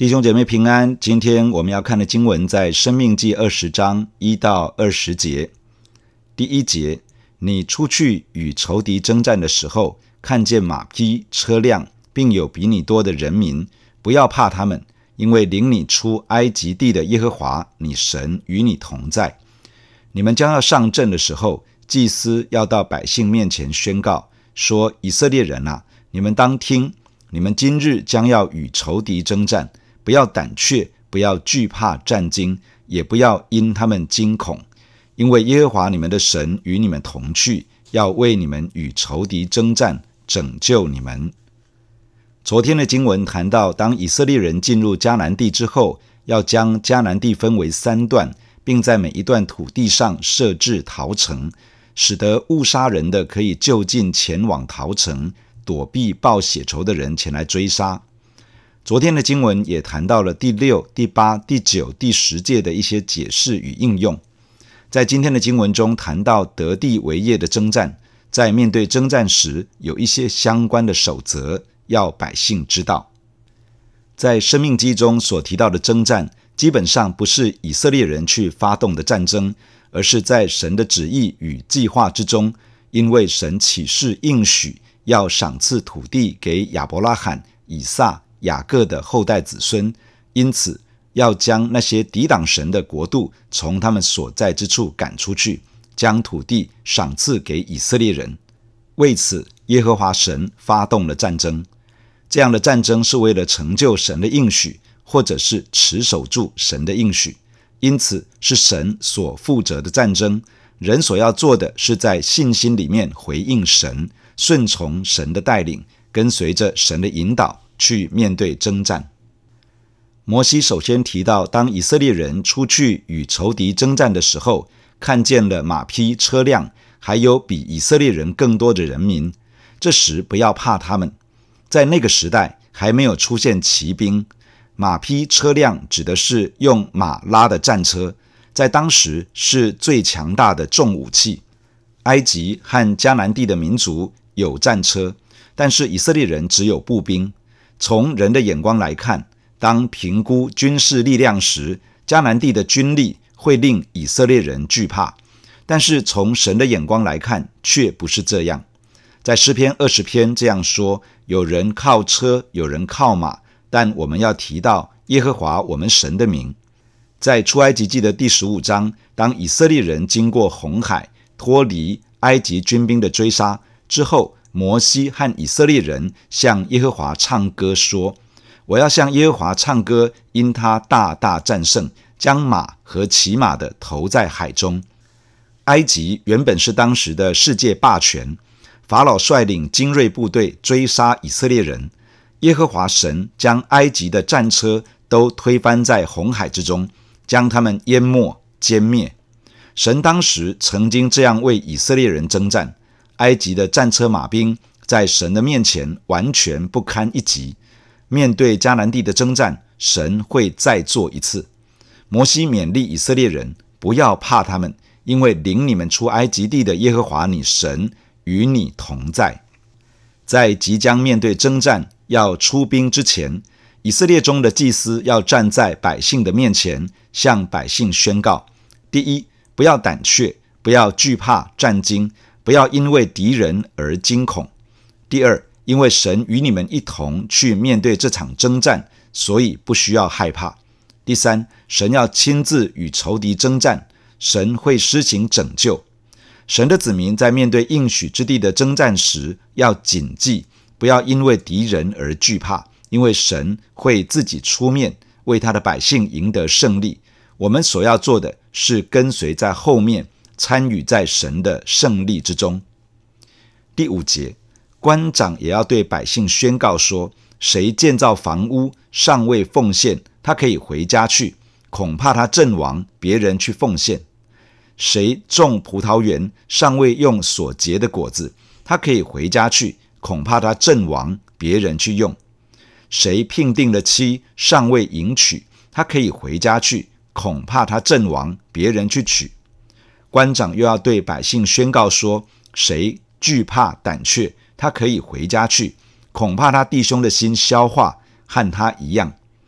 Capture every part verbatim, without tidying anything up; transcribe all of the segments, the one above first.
弟兄姐妹平安，今天我们要看的经文在申命记二十章一到二十节。第一节，你出去与仇敌征战的时候，看见马匹、车辆，并有比你多的人民，不要怕他们，因为领你出埃及地的耶和华你神与你同在。你们将要上阵的时候，祭司要到百姓面前宣告，说：以色列人啊，你们当听，你们今日将要与仇敌征战，不要胆怯，不要惧怕战惊，也不要因他们惊恐，因为耶和华你们的神与你们同去，要为你们与仇敌征战，拯救你们。昨天的经文谈到，当以色列人进入迦南地之后，要将迦南地分为三段，并在每一段土地上设置逃城，使得误杀人的可以就近前往逃城，躲避报血仇的人前来追杀。昨天的经文也谈到了第六、第八、第九、第十诫的一些解释与应用。在今天的经文中谈到得地为业的征战，在面对征战时有一些相关的守则要百姓知道。在申命记中所提到的征战，基本上不是以色列人去发动的战争，而是在神的旨意与计划之中，因为神起誓应许要赏赐土地给亚伯拉罕、以撒、雅各的后代子孙，因此要将那些抵挡神的国度从他们所在之处赶出去，将土地赏赐给以色列人。为此，耶和华神发动了战争。这样的战争是为了成就神的应许，或者是持守住神的应许，因此是神所负责的战争。人所要做的是在信心里面回应神，顺从神的带领，跟随着神的引导去面对征战。摩西首先提到，当以色列人出去与仇敌征战的时候，看见了马匹、车辆，还有比以色列人更多的人民，这时不要怕他们。在那个时代还没有出现骑兵，马匹、车辆指的是用马拉的战车，在当时是最强大的重武器。埃及和迦南地的民族有战车，但是以色列人只有步兵。从人的眼光来看，当评估军事力量时，迦南地的军力会令以色列人惧怕，但是从神的眼光来看，却不是这样。在诗篇二十篇这样说，有人靠车，有人靠马，但我们要提到耶和华我们神的名。在出埃及记的第十五章，当以色列人经过红海，脱离埃及军兵的追杀之后，摩西和以色列人向耶和华唱歌说：我要向耶和华唱歌，因他大大战胜，将马和骑马的投在海中。埃及原本是当时的世界霸权，法老率领精锐部队追杀以色列人，耶和华神将埃及的战车都推翻在红海之中，将他们淹没歼灭。神当时曾经这样为以色列人征战，埃及的战车马兵在神的面前完全不堪一击。面对迦南地的征战，神会再做一次。摩西勉励以色列人不要怕他们，因为领你们出埃及地的耶和华你神与你同在。在即将面对征战要出兵之前，以色列中的祭司要站在百姓的面前，向百姓宣告：第一，不要胆怯，不要惧怕战惊，不要因为敌人而惊恐；第二，因为神与你们一同去面对这场征战，所以不需要害怕；第三，神要亲自与仇敌征战，神会施行拯救。神的子民在面对应许之地的征战时，要谨记，不要因为敌人而惧怕，因为神会自己出面为他的百姓赢得胜利。我们所要做的是跟随在后面，参与在神的胜利之中。第五节，官长也要对百姓宣告说：谁建造房屋尚未奉献，他可以回家去，恐怕他阵亡，别人去奉献。谁种葡萄园尚未用所结的果子，他可以回家去，恐怕他阵亡，别人去用。谁聘定了妻尚未迎娶，他可以回家去，恐怕他阵亡，别人去娶。官长又要对百姓宣告说：谁惧怕胆怯，他可以回家去，恐怕他弟兄的心消化和他一样。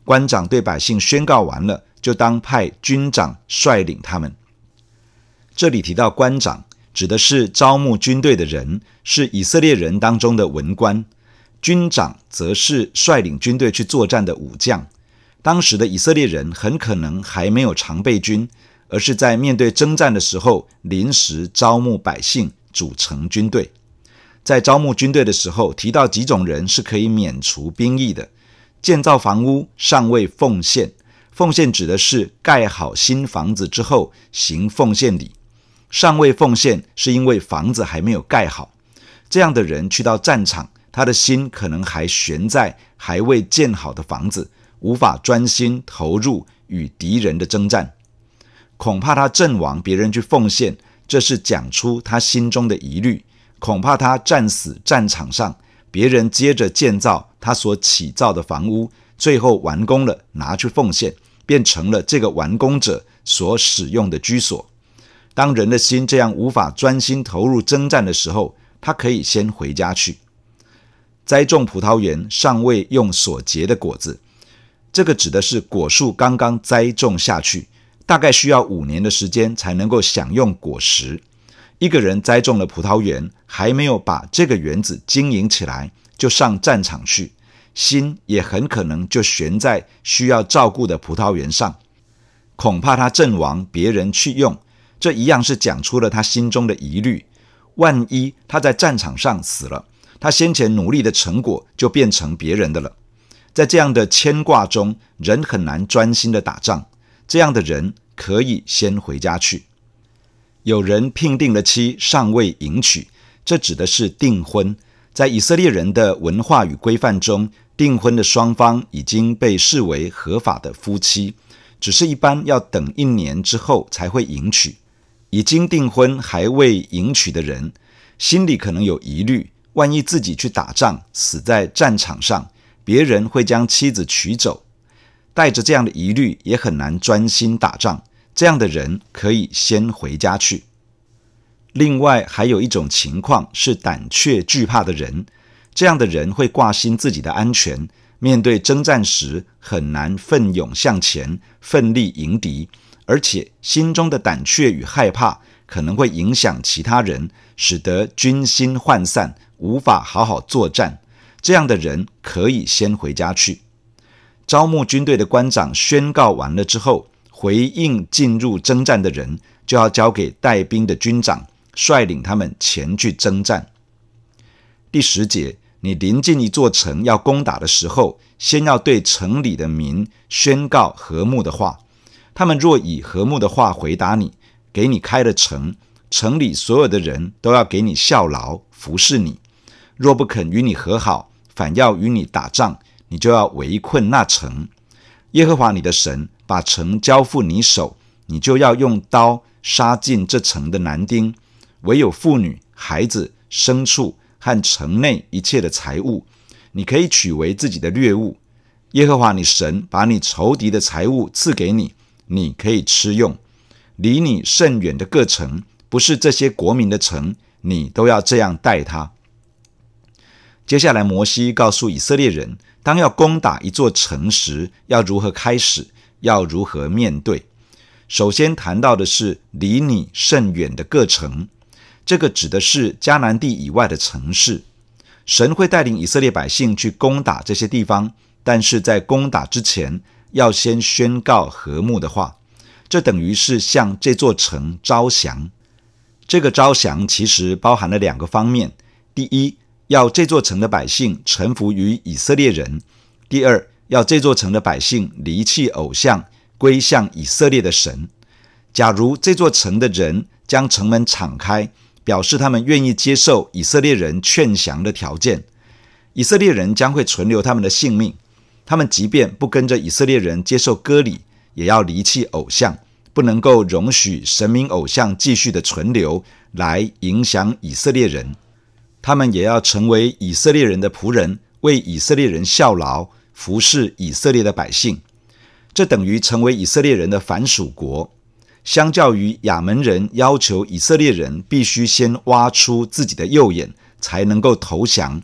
官长对百姓宣告完了，就当派军长率领他们。这里提到官长，指的是招募军队的人，是以色列人当中的文官；军长则是率领军队去作战的武将。当时的以色列人很可能还没有常备军，而是在面对征战的时候临时招募百姓组成军队。在招募军队的时候，提到几种人是可以免除兵役的：建造房屋尚未奉献，奉献指的是盖好新房子之后行奉献礼；尚未奉献是因为房子还没有盖好。这样的人去到战场，他的心可能还悬在还未建好的房子，无法专心投入与敌人的征战。恐怕他阵亡，别人去奉献，这是讲出他心中的疑虑。恐怕他战死战场上，别人接着建造他所起造的房屋，最后完工了，拿去奉献，变成了这个完工者所使用的居所。当人的心这样无法专心投入征战的时候，他可以先回家去。栽种葡萄园尚未用所结的果子，这个指的是果树刚刚栽种下去，大概需要五年的时间才能够享用果实。一个人栽种了葡萄园，还没有把这个园子经营起来，就上战场去，心也很可能就悬在需要照顾的葡萄园上。恐怕他阵亡，别人去用，这一样是讲出了他心中的疑虑。万一他在战场上死了，他先前努力的成果就变成别人的了。在这样的牵挂中，人很难专心的打仗，这样的人可以先回家去。有人聘定了妻尚未迎娶，这指的是订婚。在以色列人的文化与规范中，订婚的双方已经被视为合法的夫妻，只是一般要等一年之后才会迎娶。已经订婚还未迎娶的人，心里可能有疑虑，万一自己去打仗死在战场上，别人会将妻子娶走。带着这样的疑虑，也很难专心打仗，这样的人可以先回家去。另外还有一种情况是胆怯惧怕的人，这样的人会挂心自己的安全，面对征战时很难奋勇向前，奋力迎敌，而且心中的胆怯与害怕可能会影响其他人，使得军心涣散，无法好好作战。这样的人可以先回家去。招募军队的官长宣告完了之后，回应进入征战的人，就要交给带兵的军长，率领他们前去征战。第十节，你临近一座城要攻打的时候，先要对城里的民宣告和睦的话。他们若以和睦的话回答你，给你开了城，城里所有的人都要给你效劳，服侍你。若不肯与你和好，反要与你打仗，你就要围困那城。耶和华你的神把城交付你手，你就要用刀杀尽这城的男丁，唯有妇女、孩子、牲畜和城内一切的财物，你可以取为自己的掠物。耶和华你神把你仇敌的财物赐给你，你可以吃用。离你甚远的各城，不是这些国民的城，你都要这样待他。接下来摩西告诉以色列人，当要攻打一座城时，要如何开始，要如何面对。首先谈到的是离你甚远的各城，这个指的是迦南地以外的城市。神会带领以色列百姓去攻打这些地方，但是在攻打之前，要先宣告和睦的话，这等于是向这座城招降。这个招降其实包含了两个方面：第一，要这座城的百姓臣服于以色列人；第二，要这座城的百姓离弃偶像，归向以色列的神。假如这座城的人将城门敞开，表示他们愿意接受以色列人劝降的条件，以色列人将会存留他们的性命。他们即便不跟着以色列人接受割礼，也要离弃偶像，不能够容许神明偶像继续的存留，来影响以色列人。他们也要成为以色列人的仆人，为以色列人效劳，服侍以色列的百姓。这等于成为以色列人的凡属国。相较于亚门人要求以色列人必须先挖出自己的右眼才能够投降，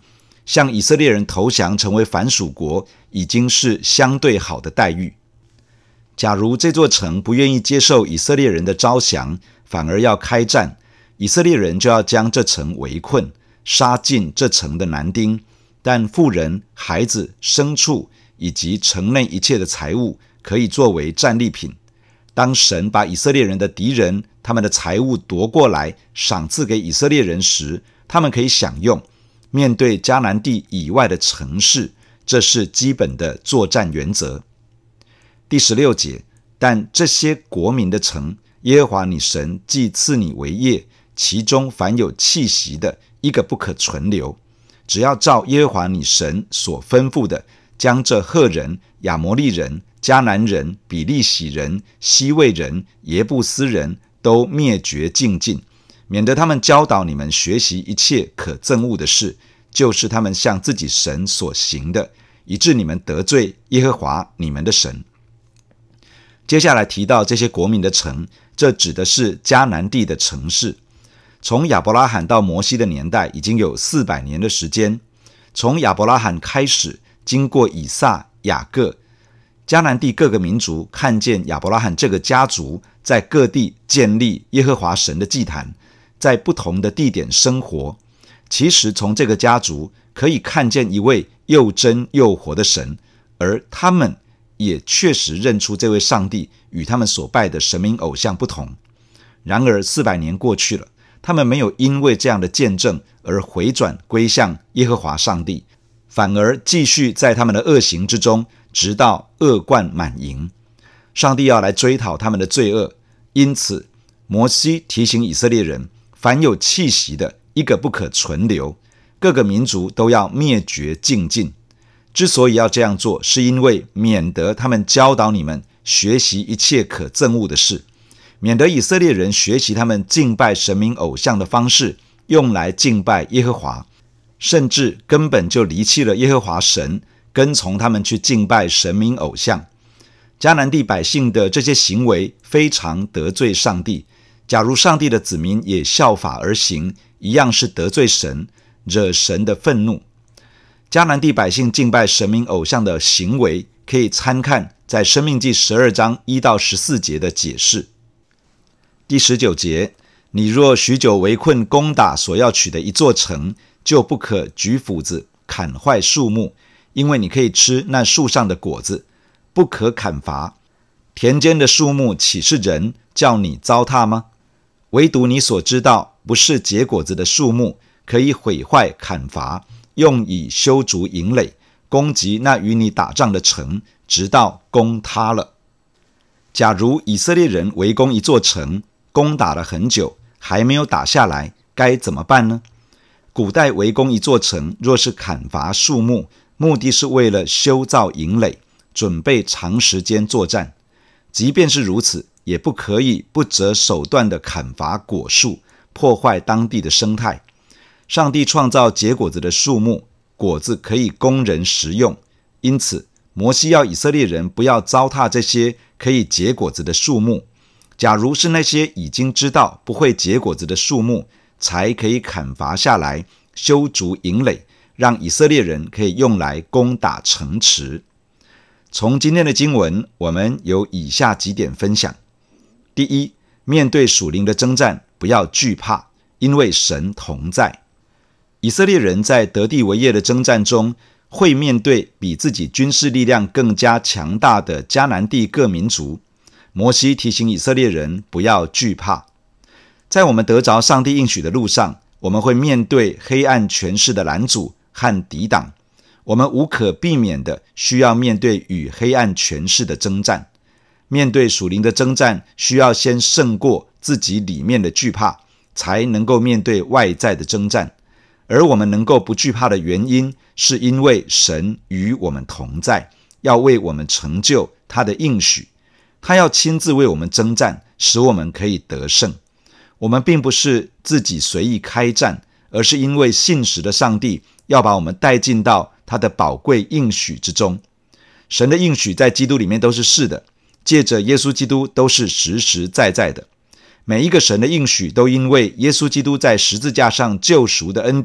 向以色列人投降成为凡属国已经是相对好的待遇。假如这座城不愿意接受以色列人的招降，反而要开战，以色列人就要将这城围困，杀尽这城的男丁，但妇人、孩子、牲畜以及城内一切的财物可以作为战利品。当神把以色列人的敌人他们的财物夺过来赏赐给以色列人时，他们可以享用。面对迦南地以外的城市，这是基本的作战原则。第十六节，但这些国民的城，耶和华你神既赐你为业，其中凡有气息的，一个不可存留。只要照耶和华你神所吩咐的，将这赫人、亚摩利人、迦南人、比利洗人、西魏人、耶布斯人都灭绝尽尽，免得他们教导你们学习一切可憎恶的事，就是他们向自己神所行的，以致你们得罪耶和华你们的神。接下来提到这些国民的城，这指的是迦南地的城市。从亚伯拉罕到摩西的年代已经有四百年的时间。从亚伯拉罕开始，经过以撒、雅各，迦南地各个民族看见亚伯拉罕这个家族在各地建立耶和华神的祭坛，在不同的地点生活。其实从这个家族可以看见一位又真又活的神，而他们也确实认出这位上帝与他们所拜的神明偶像不同。然而四百年过去了，他们没有因为这样的见证而回转归向耶和华上帝，反而继续在他们的恶行之中，直到恶贯满盈。上帝要来追讨他们的罪恶，因此摩西提醒以色列人，凡有气息的，一个不可存留，各个民族都要灭绝尽尽。之所以要这样做，是因为免得他们教导你们学习一切可憎恶的事，免得以色列人学习他们敬拜神明偶像的方式，用来敬拜耶和华，甚至根本就离弃了耶和华神，跟从他们去敬拜神明偶像。迦南地百姓的这些行为非常得罪上帝，假如上帝的子民也效法而行，一样是得罪神，惹神的愤怒。迦南地百姓敬拜神明偶像的行为，可以参看在申命记十二章一到十四节的解释。第十九节，你若许久围困攻打所要取的一座城，就不可举斧子砍坏树木，因为你可以吃那树上的果子，不可砍伐。田间的树木岂是人叫你糟蹋吗？唯独你所知道不是结果子的树木，可以毁坏砍伐，用以修筑营垒，攻击那与你打仗的城，直到攻塌了。假如以色列人围攻一座城，攻打了很久，还没有打下来，该怎么办呢？古代围攻一座城，若是砍伐树木，目的是为了修造营垒，准备长时间作战。即便是如此，也不可以不择手段的砍伐果树，破坏当地的生态。上帝创造结果子的树木，果子可以供人食用，因此摩西要以色列人不要糟蹋这些可以结果子的树木。假如是那些已经知道不会结果子的树木，才可以砍伐下来，修筑营垒，让以色列人可以用来攻打城池。从今天的经文，我们有以下几点分享。第一，面对属灵的征战，不要惧怕，因为神同在。以色列人在得地为业的征战中，会面对比自己军事力量更加强大的迦南地各民族。摩西提醒以色列人不要惧怕。在我们得着上帝应许的路上，我们会面对黑暗权势的拦阻和抵挡，我们无可避免的需要面对与黑暗权势的征战。面对属灵的征战，需要先胜过自己里面的惧怕，才能够面对外在的征战。而我们能够不惧怕的原因，是因为神与我们同在，要为我们成就他的应许。他要亲自为我们征战，使我们可以得胜。我们并不是自己随意开战，而是因为信实的上帝要把我们带进到他的宝贵应许之中。神的应许在基督里面都是是的，借着耶稣基督都是实实在在的。每一个神的应许都因为耶稣基督在十字架上救赎的恩典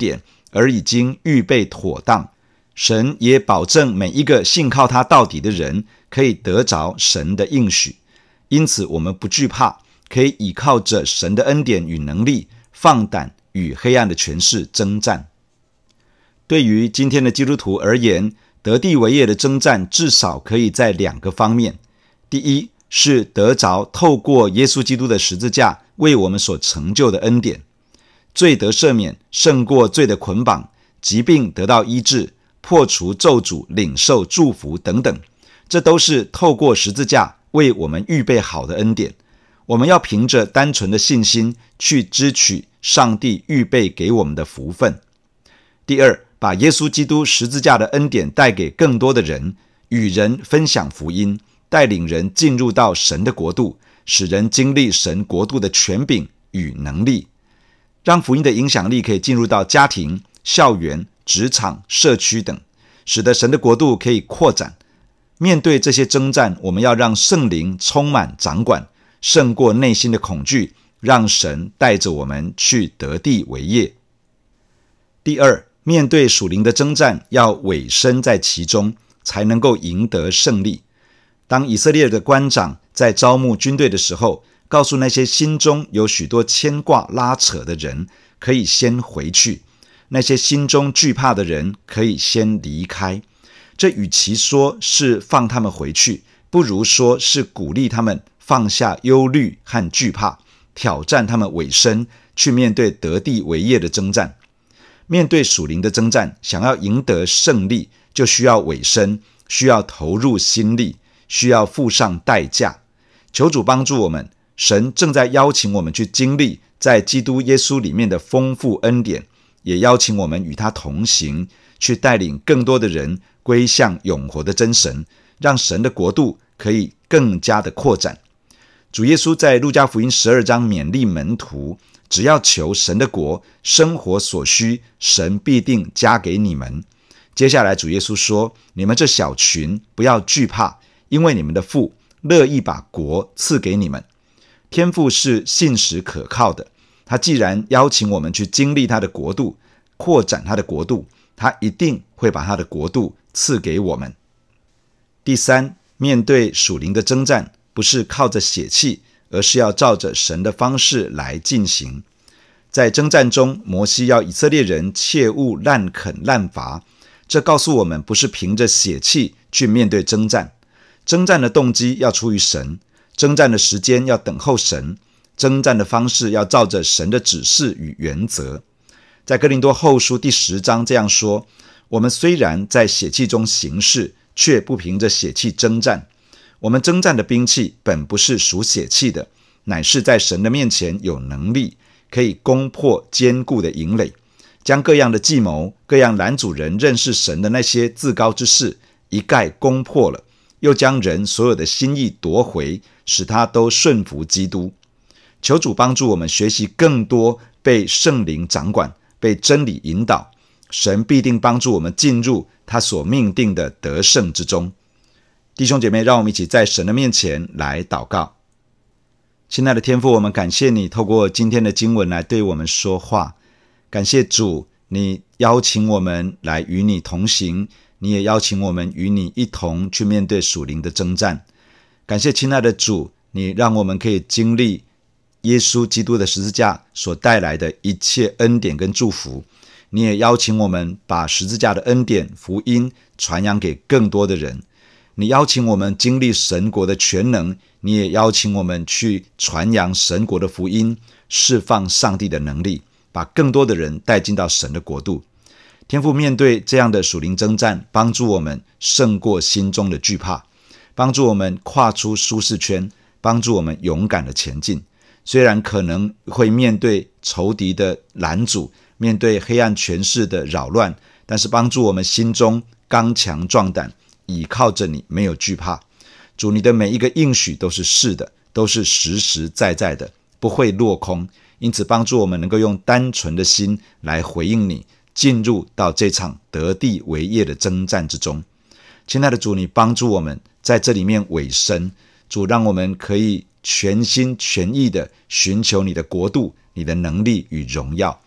而已经预备妥当。神也保证每一个信靠他到底的人可以得着神的应许，因此我们不惧怕，可以倚靠着神的恩典与能力，放胆与黑暗的权势征战。对于今天的基督徒而言，得地为业的征战至少可以在两个方面。第一，是得着透过耶稣基督的十字架为我们所成就的恩典，罪得赦免胜过罪的捆绑，疾病得到医治，破除咒诅，领受祝福等等，这都是透过十字架为我们预备好的恩典。我们要凭着单纯的信心去支取上帝预备给我们的福分。第二，把耶稣基督十字架的恩典带给更多的人，与人分享福音，带领人进入到神的国度，使人经历神国度的权柄与能力，让福音的影响力可以进入到家庭、校园、职场、社区等，使得神的国度可以扩展。面对这些征战，我们要让圣灵充满掌管，胜过内心的恐惧，让神带着我们去得地为业。第二，面对属灵的征战，要委身在其中，才能够赢得胜利。当以色列的官长在招募军队的时候，告诉那些心中有许多牵挂拉扯的人，可以先回去，那些心中惧怕的人可以先离开。这与其说是放他们回去，不如说是鼓励他们放下忧虑和惧怕，挑战他们委身，去面对得地为业的征战。面对属灵的征战，想要赢得胜利，就需要委身，需要投入心力，需要付上代价。求主帮助我们，神正在邀请我们去经历在基督耶稣里面的丰富恩典，也邀请我们与他同行，去带领更多的人归向永活的真神，让神的国度可以更加的扩展。主耶稣在路加福音十二章勉励门徒，只要求神的国，生活所需，神必定加给你们。接下来主耶稣说，你们这小群不要惧怕，因为你们的父乐意把国赐给你们。天父是信实可靠的，他既然邀请我们去经历他的国度，扩展他的国度，他一定会把他的国度赐给我们。第三，面对属灵的征战，不是靠着血气，而是要照着神的方式来进行。在征战中，摩西要以色列人切勿滥垦滥伐，这告诉我们不是凭着血气去面对征战。征战的动机要出于神，征战的时间要等候神，征战的方式要照着神的指示与原则。在哥林多后书第十章这样说，我们虽然在血气中行事，却不凭着血气征战。我们征战的兵器本不是属血气的，乃是在神的面前有能力，可以攻破坚固的营垒，将各样的计谋，各样拦阻人认识神的那些自高之事一概攻破了，又将人所有的心意夺回，使他都顺服基督。求主帮助我们学习更多被圣灵掌管，被真理引导，神必定帮助我们进入他所命定的得胜之中。弟兄姐妹，让我们一起在神的面前来祷告。亲爱的天父，我们感谢你透过今天的经文来对我们说话。感谢主，你邀请我们来与你同行，你也邀请我们与你一同去面对属灵的征战。感谢亲爱的主，你让我们可以经历耶稣基督的十字架所带来的一切恩典跟祝福。你也邀请我们把十字架的恩典福音传扬给更多的人。你邀请我们经历神国的全能，你也邀请我们去传扬神国的福音，释放上帝的能力，把更多的人带进到神的国度。天父，面对这样的属灵征战，帮助我们胜过心中的惧怕，帮助我们跨出舒适圈，帮助我们勇敢的前进。虽然可能会面对仇敌的拦阻，面对黑暗权势的扰乱，但是帮助我们心中刚强壮胆，倚靠着你，没有惧怕。主，你的每一个应许都是是的，都是实实在在的，不会落空。因此帮助我们能够用单纯的心来回应你，进入到这场得地为业的征战之中。亲爱的主，你帮助我们在这里面委身。主，让我们可以全心全意的寻求你的国度，你的能力与荣耀。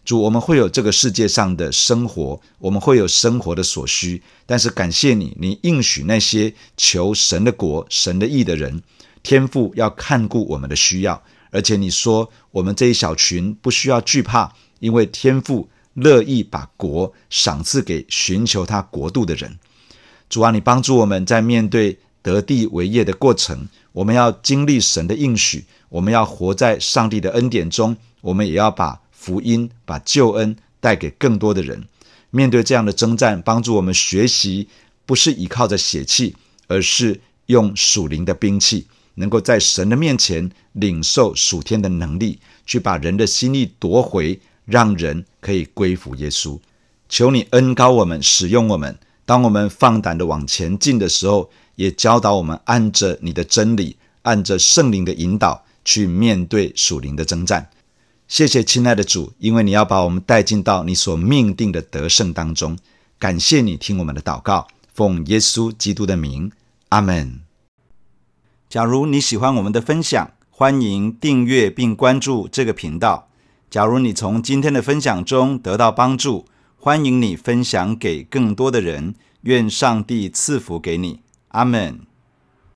主，我们会有这个世界上的生活，我们会有生活的所需，但是感谢你，你应许那些求神的国、神的义的人，天父要看顾我们的需要，而且你说我们这一小群不需要惧怕，因为天父乐意把国赏赐给寻求他国度的人。主啊，你帮助我们在面对得地为业的过程，我们要经历神的应许，我们要活在上帝的恩典中，我们也要把福音、把救恩带给更多的人。面对这样的征战，帮助我们学习不是依靠着血气，而是用属灵的兵器，能够在神的面前领受属天的能力，去把人的心意夺回，让人可以归服耶稣。求你恩膏我们，使用我们，当我们放胆的往前进的时候，也教导我们按着你的真理，按着圣灵的引导，去面对属灵的征战。谢谢亲爱的主，因为你要把我们带进到你所命定的得胜当中。感谢你听我们的祷告，奉耶稣基督的名，阿们。假如你喜欢我们的分享，欢迎订阅并关注这个频道。假如你从今天的分享中得到帮助，欢迎你分享给更多的人。愿上帝赐福给你，阿们。